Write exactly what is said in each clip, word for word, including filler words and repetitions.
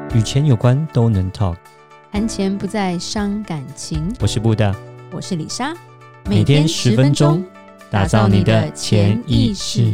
与钱有关都能 talk。 谈钱不再伤感情。 我是布大， 我是李莎， 每天十分钟，打造你的潜意识，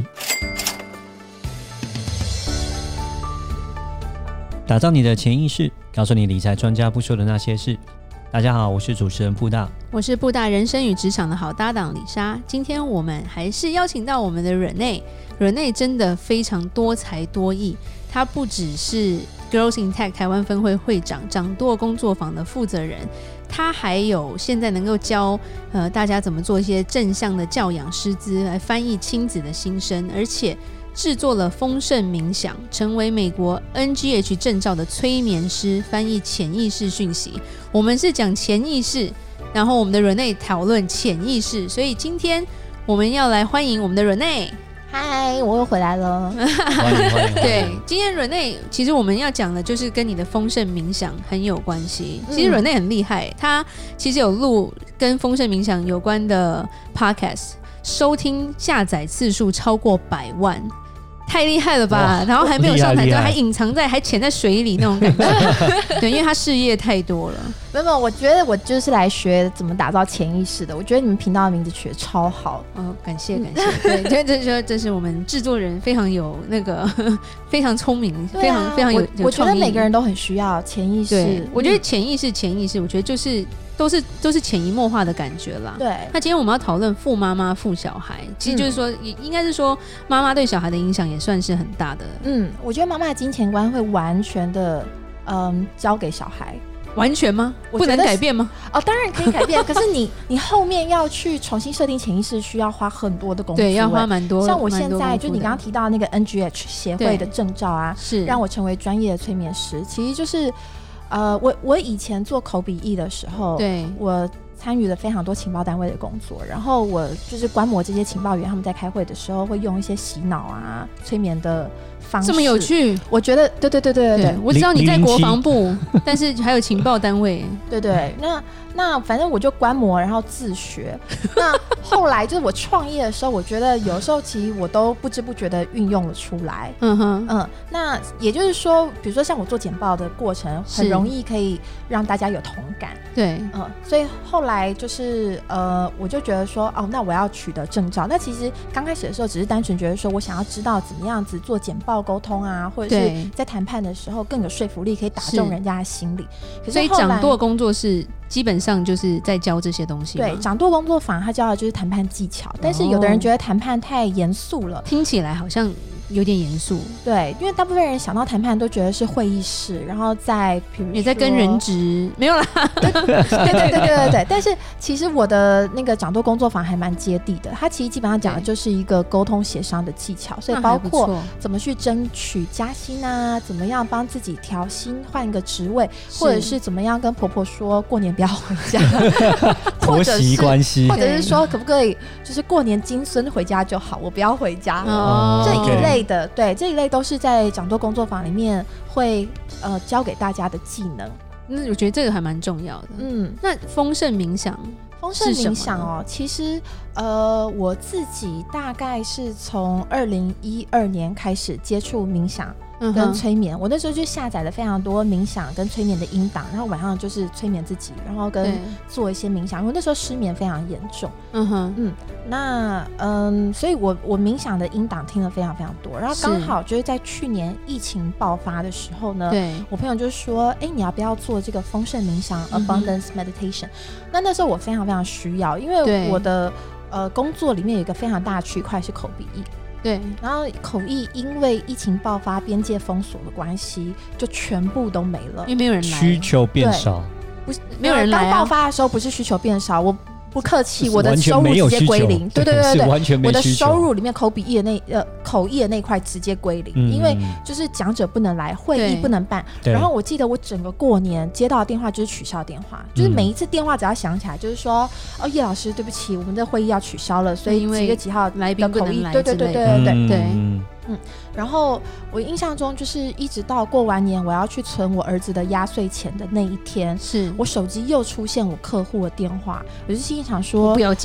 打造你的潜意识，告诉你理财专家不说的那些事。大家好，我是主持人布大， 我是布大人生与职场的好搭档李莎。今天我们还是邀请到我们的 Renee，Renee 真的非常多才多艺，她不只是 Girls in Tech 台湾分会会长，掌舵工作坊的负责人，他还有现在能够教呃大家怎么做一些正向的教养师资，来翻译亲子的心声，而且制作了丰盛冥想，成为美国 N G H 证照的催眠师，翻译潜意识讯息。我们是讲潜意识，然后我们的 Renee 讨论潜意识，所以今天我们要来欢迎我们的 Renee。 嗨，我又回来了。 欢迎欢迎。 对，今天 Renee 其实我们要讲的就是跟你的丰盛冥想很有关系。其实 Renee 很厉害，他其实有录跟丰盛冥想有关的 podcast， 收听下载次数超过百万。太厉害了吧！然后还没有上台，就还隐藏在、还潜在水里那种感觉。对，因为他事业太多了。 没有，我觉得我就是来学怎么打造潜意识的。我觉得你们频道的名字取得超好。 哦，感谢感谢。对，这这这是我们制作人非常有那个非常聪明，啊、非常非常有有创意。 我觉得每个人都很需要潜意识。 对，我觉得潜意识潜意识，我觉得就是都是都是潜移默化的感觉啦。 对。 那今天我们要讨论父妈妈父小孩，其实就是说，嗯、应该是说妈妈对小孩的影响也算是很大的。 嗯，我觉得妈妈的金钱观会完全的嗯交给小孩。 完全吗？不能改变吗？ 哦，当然可以改变。可是你你后面要去重新设定潜意识，需要花很多的功夫。 对，要花蛮多。 像我现在就你刚刚提到那个 N G H 协会的证照啊，是让我成为专业的催眠师。其实就是呃，我我以前做口笔译的时候，对我参与了非常多情报单位的工作，然后我就是观摩这些情报员，他们在开会的时候会用一些洗脑啊、催眠的方式， 这么有趣。 我觉得，对对对对对对， 我知道你在国防部，但是还有情报单位， 对对。那那反正我就观摩，然后自学。那后来就是我创业的时候，我觉得有时候其实我都不知不觉的运用了出来。嗯哼，嗯。那也就是说，比如说像我做简报的过程，很容易可以让大家有同感。对，嗯。所以后来就是呃，我就觉得说，哦，那我要取得证照。那其实刚开始的时候，只是单纯觉得说我想要知道怎么样子做简报沟通啊，或者是在谈判的时候更有说服力，可以打中人家的心理。可是所以掌舵工作室基本上就是在教这些东西。 对，掌舵工作坊他教的就是谈判技巧，但是有的人觉得谈判太严肃了， 听起来好像有点严肃。 对，因为大部分人想到谈判都觉得是会议室，然后在比如说也在跟人质，没有啦。 对对对对对对对。但是其实我的那个掌舵工作坊还蛮接地的，它其实基本上讲的就是一个沟通协商的技巧，所以包括怎么去争取加薪啊，怎么样帮自己调薪换一个职位，或者是怎么样跟婆婆说过年不要回家， 婆媳关系， 或者是说可不可以就是过年金孙回家就好，我不要回家。哦，这一类的，对，这一类都是在掌舵工作坊里面会呃教给大家的技能。 那我觉得这个还蛮重要的。嗯，那丰盛冥想， 丰盛冥想哦，其实呃我自己大概是从二零一二年开始接触冥想跟催眠，嗯、我那时候就下载了非常多冥想跟催眠的音档，然后晚上就是催眠自己，然后跟做一些冥想。因为那时候失眠非常严重，嗯哼，嗯，那嗯，所以我我冥想的音档听了非常非常多。然后刚好就是在去年疫情爆发的时候呢，对，我朋友就说，哎，你要不要做这个丰盛冥想、嗯、（Abundance Meditation）？那那时候我非常非常需要，因为我的呃工作里面有一个非常大的区块是口笔译。对，然后口译因为疫情爆发、边界封锁的关系，就全部都没了， 因为没有人来， 需求变少， 不是没有人来、啊。刚爆发的时候不是需求变少，我不客气，我的收入直接归零。对对对对， 完全没我的收入里面口笔译的那呃口译的那一块直接归零、嗯，因为就是讲者不能来，会议不能办。然后我记得我整个过年接到的电话就是取消电话，就是每一次电话只要响起来，就是说哦叶老师对不起，我们的会议要取消了，所以几月几号来宾不能来之类的。 对对对对对对对。 嗯嗯，然后我印象中就是一直到过完年我要去存我儿子的压岁钱的那一天，是我手机又出现我客户的电话，我就心里想说不要接，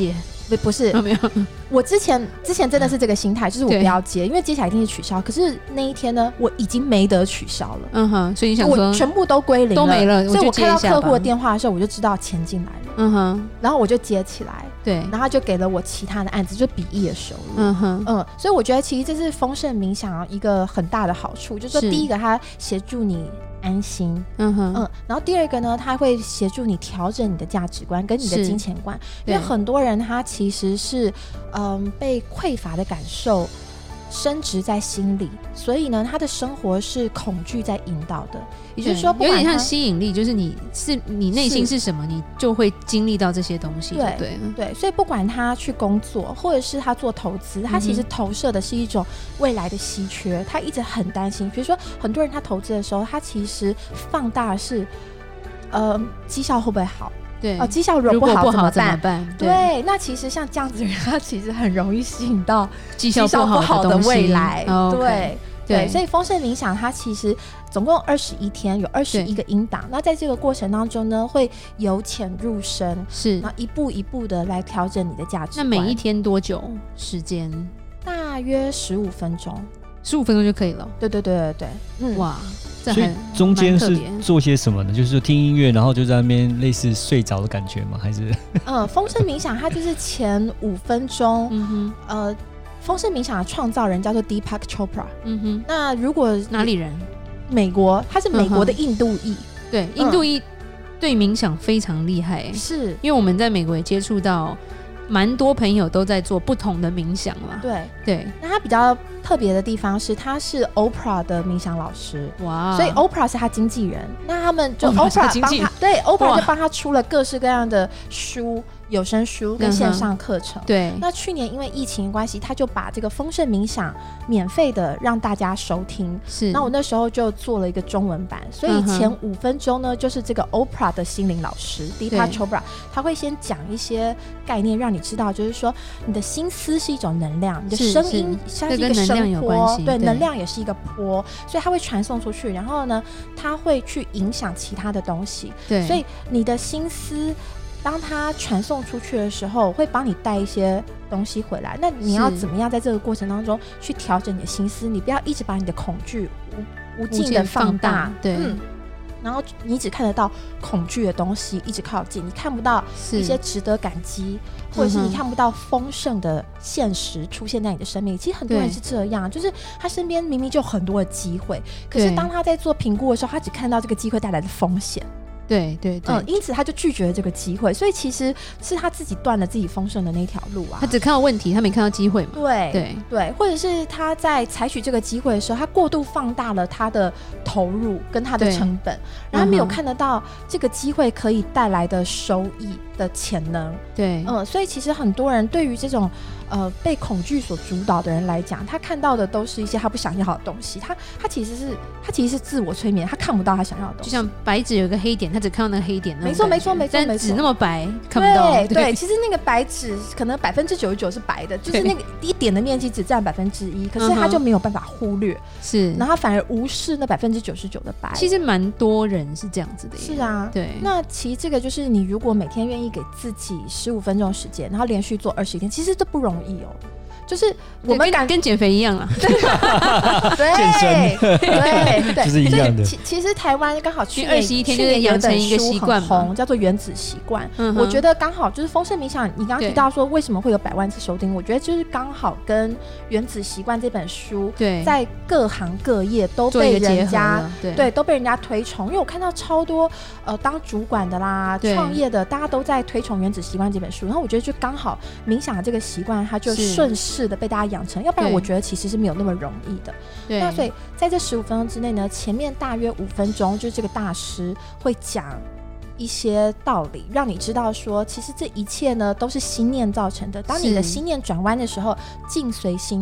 不不是、 哦、没有， 我之前之前真的是这个心态，就是我不要接，因为接起来一定是取消。可是那一天呢，我已经没得取消了， 嗯哼，所以你想说我全部都归零了， 都没了， 所以我看到客户的电话的时候，我就知道钱进来了， 嗯哼， 然后我就接起来， 对， 然后他就给了我其他的案子，就笔译的收入， 嗯哼， 嗯，所以我觉得其实这是丰盛冥想一个很大的好处，就是说第一个它协助你安心， 嗯哼， 嗯，然后第二个呢，它会协助你调整你的价值观跟你的金钱观，因为很多人他其实是嗯被匮乏的感受深植在心里，所以呢，他的生活是恐惧在引导的，也就是说， 有点像吸引力，就是你是你内心是什么，你就会经历到这些东西，对对对，所以不管他去工作，或者是他做投资，他其实投射的是一种未来的稀缺，他一直很担心。比如说，很多人他投资的时候，他其实放大的是，呃，绩效会不会好？ 对哦，绩效如果不好怎么办？ 怎么办？ 对，对，那其实像这样子的人，他其实很容易吸引到绩效不好的未来。 哦、 对、 okay, 对，所以丰盛冥想它其实总共二十一天，有二十一个音档。那在这个过程当中呢，会由浅入深， 是， 然后一步一步的来调整你的价值观。 那每一天多久时间？ 大约十五分钟， 十五分钟就可以了。 对对对对对， 嗯，哇。 所以中间是做些什么呢？就是听音乐，然后就在那边类似睡着的感觉吗？还是？ 嗯，丰盛冥想它就是前五分钟， 嗯哼， 呃，丰盛冥想的创造人叫做 Deepak Chopra， 嗯哼， 那如果哪里人？ 美国，他是美国的印度裔， 嗯、对，印度裔对冥想非常厉害、欸， 是因为我们在美国也接触到。蛮多朋友都在做不同的冥想啦， 对对。 那他比较特别的地方是，他是 Oprah 的冥想老师， 哇！ 所以 Oprah 是他经纪人，那他们就 Oprah 帮他，对 Oprah 就帮他出了各式各样的书。有声书跟线上课程、嗯， 对。 那去年因为疫情的关系，他就把这个丰盛冥想免费的让大家收听。 是。 那我那时候就做了一个中文版，所以前五分钟呢，就是这个 Oprah 的心灵老师 Deepak Chopra， 他会先讲一些概念，让你知道，就是说你的心思是一种能量，你的声音像是一个声波，对，能量也是一个波，所以它会传送出去，然后呢，它会去影响其他的东西。 对。 所以你的心思。当它传送出去的时候，会帮你带一些东西回来。那你要怎么样在这个过程当中去调整你的心思？你不要一直把你的恐惧无无尽的放大， 放大对、嗯， 然后你只看得到恐惧的东西一直靠近，你看不到一些值得感激，或者是你看不到丰盛的现实出现在你的生命里。其实很多人是这样，就是他身边明明就有很多的机会，可是当他在做评估的时候，他只看到这个机会带来的风险。 对对对、 嗯，因此他就拒绝了这个机会，所以其实是他自己断了自己丰盛的那条路啊。 他只看到问题，他没看到机会嘛。 对对对，或者是他在采取这个机会的时候，他过度放大了他的投入跟他的成本，然后他没有看得到这个机会可以带来的收益的潜能。 对， 嗯，所以其实很多人对于这种呃被恐惧所主导的人来讲，他看到的都是一些他不想要的东西，他他其实是他其实是自我催眠，他看不到他想要的东西。 就像白纸有一个黑点，他只看到那个黑点， 没错没错没错， 但纸那么白看不到。 对 对, 对，其实那个白纸可能百分之九十九是白的，就是那个一点的面积只占百分之一，可是他就没有办法忽略， 是， 然后他反而无视那百分之九十九的白。 其实蛮多人是这样子的耶。 是啊，对。那其实这个就是你如果每天愿意给自己十五分钟时间，然后连续做二十一天，其实这不容易哦。就是我们跟跟减肥一样啦， 对对对对， 就是一样的。 其其实台湾刚好去年二十一天就是养成一个习惯红，叫做原子习惯。嗯、我觉得刚好就是丰盛冥想，你刚刚提到说为什么会有百万次收听，我觉得就是刚好跟原子习惯这本书， 对， 在各行各业都被人家对, 对都被人家推崇。因为我看到超多呃当主管的啦、创业的，大家都在推崇原子习惯这本书，然后我觉得就刚好冥想的这个习惯，它就顺势的被大家养成，要不然我觉得其实是没有那么容易的。 对， 那所以在这十五分钟之内呢，前面大约五分钟，就是这个大师会讲一些道理，让你知道说，其实这一切呢都是心念造成的。当你的心念转弯的时候，境随心转。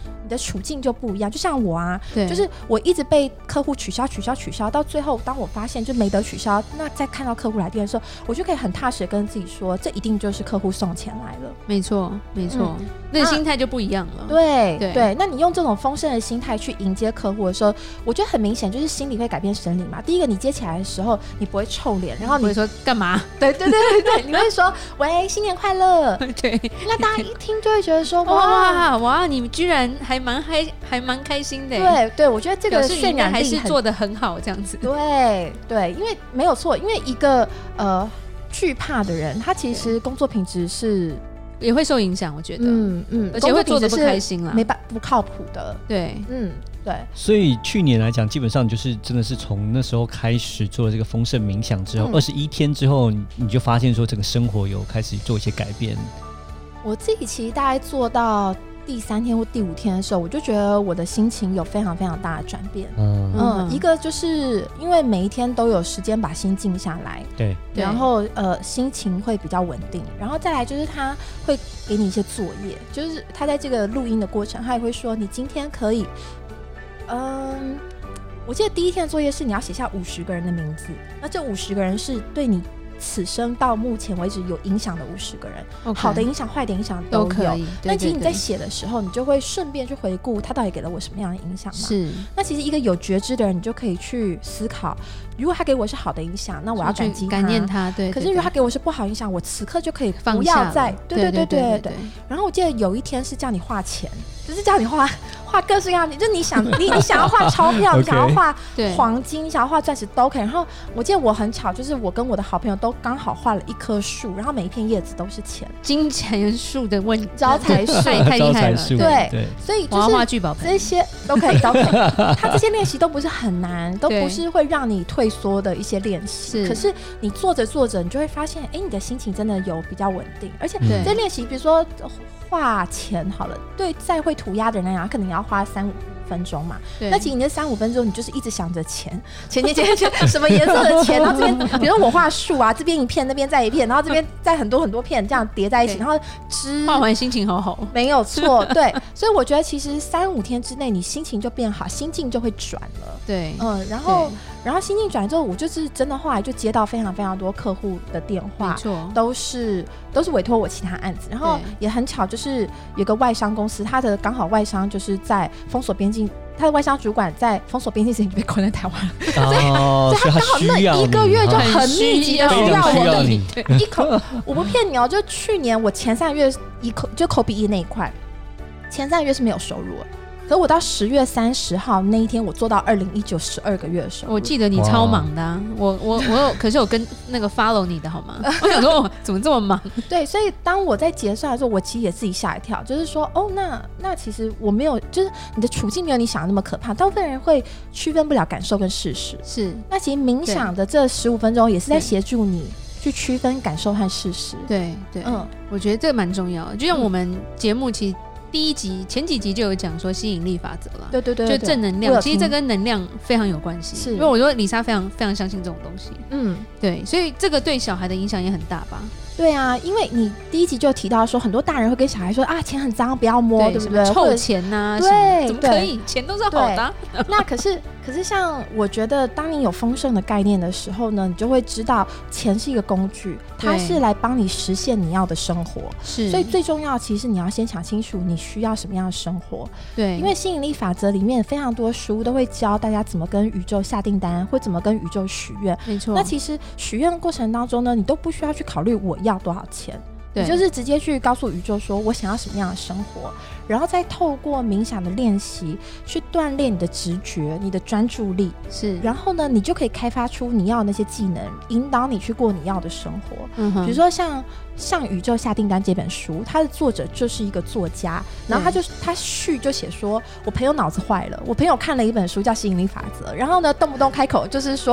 你的处境就不一样。就像我啊，就是我一直被客户取消取消取消，到最后当我发现就没得取消，那再看到客户来电的时候，我就可以很踏实的跟自己说，这一定就是客户送钱来了。 没错没错、嗯、那个心态就不一样了。 对 对, 对，那你用这种丰盛的心态去迎接客户的时候，我觉得很明显就是心理会改变生理嘛。第一个，你接起来的时候你不会臭脸，然后你会说干嘛， 对对对对，你会说喂新年快乐对， 那大家一听就会觉得说哇哇你居然还蛮嗨还蛮开心的。 对对，我觉得这个渲染力还是做得很好这样子。 对对，因为没有错，因为一个呃惧怕的人他其实工作品质是也会受影响，我觉得嗯嗯，而且会做得不开心啦， 没办不靠谱的。 对嗯对， 所以去年来讲基本上就是真的是从那时候开始做了这个丰盛冥想之后，二十一天之后你就发现说整个生活有开始做一些改变。 我自己其实大概做到第三天或第五天的时候，我就觉得我的心情有非常非常大的转变。嗯, 嗯一个就是因为每一天都有时间把心静下来， 对， 然后呃心情会比较稳定，然后再来就是他会给你一些作业，就是他在这个录音的过程，他也会说你今天可以，嗯，我记得第一天的作业是你要写下五十个人的名字，那这五十个人是对你此生到目前为止有影响的五十个人、okay. 好的影响坏的影响都有，都可以。那其实你在写的时候你就会顺便去回顾他到底给了我什么样的影响嘛。 是， 那其实一个有觉知的人，你就可以去思考，如果他给我是好的影响，那我要感激他感念他。对, 对, 对， 可是如果他给我是不好影响，我此刻就可以不要再对对对对 对, 对, 对, 对, 对。然后我记得有一天是叫你画钱，就是叫你画画各式各样的，就你想你你想要画钞票，你想要画黄金，你想要画钻石都可以。然后我记得我很巧，就是我跟我的好朋友都刚好画了一棵树，然后每一片叶子都是钱， 金钱树的问招财树太太厉害了。 对对，所以就是画聚宝盆这些都可以都可以。它这些练习都不是很难，都不是会让你退缩的一些练习。可是你做着做着，你就会发现，哎，你的心情真的有比较稳定，而且这练习，比如说画钱好了，对再会涂鸦的人来讲，可能也要花三五分钟嘛。那其实你那三五分钟，你就是一直想着钱，钱钱钱钱，什么颜色的钱，然后这边，比如说我画树啊，这边一片，那边再一片，然后这边再很多很多片，这样叠在一起，然后织画完心情好好， 没有错，对。所以我觉得其实三五天之内，你心情就变好，心境就会转了。 对， 嗯，然后。然后心境转之后，我就是真的后来就接到非常非常多客户的电话， 没错， 都是都是委托我其他案子，然后也很巧，就是有个外商公司，他的刚好外商就是在封锁边境，他的外商主管在封锁边境时被关在台湾了， 哦、 所以所以他刚好那一个月就很密集的需要我， 对， 一口我不骗你哦，就去年我前三个月一口就口鼻音那一块，前三个月是没有收入了。可我到十月三十号那一天，我做到二零一九十二个月的时候， 我记得你超忙的、啊，我我我有，可是有跟那个 follow 你的好吗？我想说，怎么这么忙？ 对，所以当我在结算的时候，我其实也自己吓一跳，就是说，哦，那那其实我没有，就是你的处境没有你想的那么可怕。大部分人会区分不了感受跟事实， 是。 那其实冥想的这十五分钟也是在协助你去区分感受和事实。 对对，嗯，我觉得这蛮重要的。就像我们节目其实。第一集前几集就有讲说吸引力法则了， 对对 对, 对， 就正能量，其实这跟能量非常有关系。是，因为我觉得李莎非常非常相信这种东西。嗯，对，所以这个对小孩的影响也很大吧？ 对啊，因为你第一集就提到说，很多大人会跟小孩说啊，钱很脏，不要摸， 对, 对不对？ 臭钱呐、啊，对，怎么可以？钱都是好的、啊。 那可是可是像我觉得，当你有丰盛的概念的时候呢，你就会知道钱是一个工具，它是来帮你实现你要的生活。是，所以最重要其实你要先想清楚你需要什么样的生活。对，因为吸引力法则里面非常多书都会教大家怎么跟宇宙下订单，或怎么跟宇宙许愿。 没错。 那其实许愿的过程当中呢，你都不需要去考虑我要多少钱。你就是直接去告诉宇宙说我想要什么样的生活，然后再透过冥想的练习去锻炼你的直觉，你的专注力，是，然后呢你就可以开发出你要的那些技能，引导你去过你要的生活。嗯哼，比如说像向宇宙下订单这本书，它的作者就是一个作家，然后他就他序就写说，我朋友脑子坏了，我朋友看了一本书叫吸引力法则，然后呢动不动开口就是说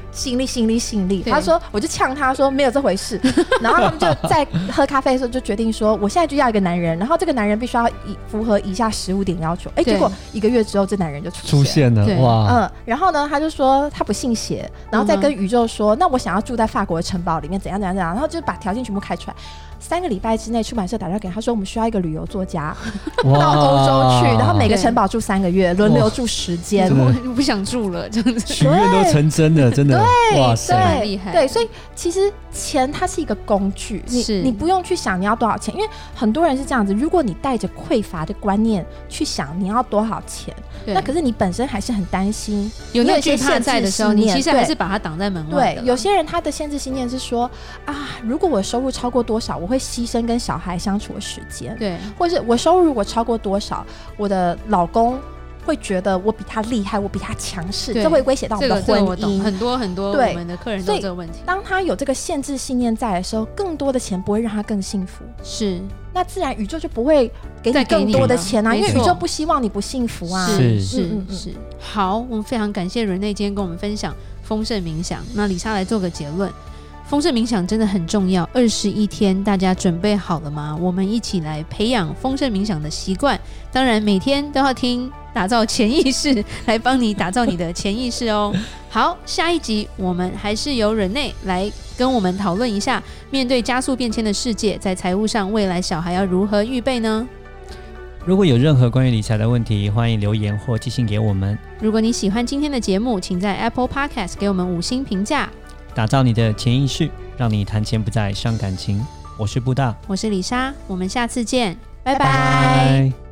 吸引力吸引力吸引力。他说我就呛他说没有这回事，然后他们就在喝咖啡的时候就决定说我现在就要一个男人，然后这个男人必须要符合以下十五点要求。哎，结果一个月之后这男人就出现出现了，哇！ 嗯，然后呢他就说他不信邪，然后再跟宇宙说、嗯、那我想要住在法国的城堡里面怎样怎样怎样，然后就把条件全部开出来。三个礼拜之内，出版社打电话给他说，我们需要一个旅游作家到欧洲去，然后每个城堡住三个月，轮流住时间。 我不想住了，这样子许愿都成真了，真的， 对， 哇塞， 厉害。对，所以其实钱它是一个工具，你你不用去想你要多少钱，因为很多人是这样子，如果你带着匮乏的观念去想你要多少钱，那可是你本身还是很担心， 有那个惧怕在的时候，你其实还是把它挡在门外的。 对，有些人他的限制信念是说啊，如果我收入超过多少，我会牺牲跟小孩相处的时间， 对， 或是我收入如果超过多少，我的老公会觉得我比他厉害，我比他强势，这会威胁到我们的婚姻。 这个、很多很多我们的客人都有这个问题。 当他有这个限制信念在的时候，更多的钱不会让他更幸福， 是， 那自然宇宙就不会给你更多的钱啊，因为宇宙不希望你不幸福啊。 是是、嗯、是。好，我们非常感谢Renee今天跟我们分享丰盛冥想。那李莎来做个结论。丰盛冥想真的很重要，二十一天大家准备好了吗？我们一起来培养丰盛冥想的习惯，当然每天都要听打造潜意识来帮你打造你的潜意识哦。好，下一集我们还是由Renee来跟我们讨论一下，面对加速变迁的世界，在财务上未来小孩要如何预备呢？ 如果有任何关于理财的问题，欢迎留言或寄信给我们。 如果你喜欢今天的节目，请在 Apple Podcast 给我们五星评价。 打造你的潜意识，让你谈钱不再伤感情。我是布大， 我是李莎，我们下次见，拜拜。 拜拜。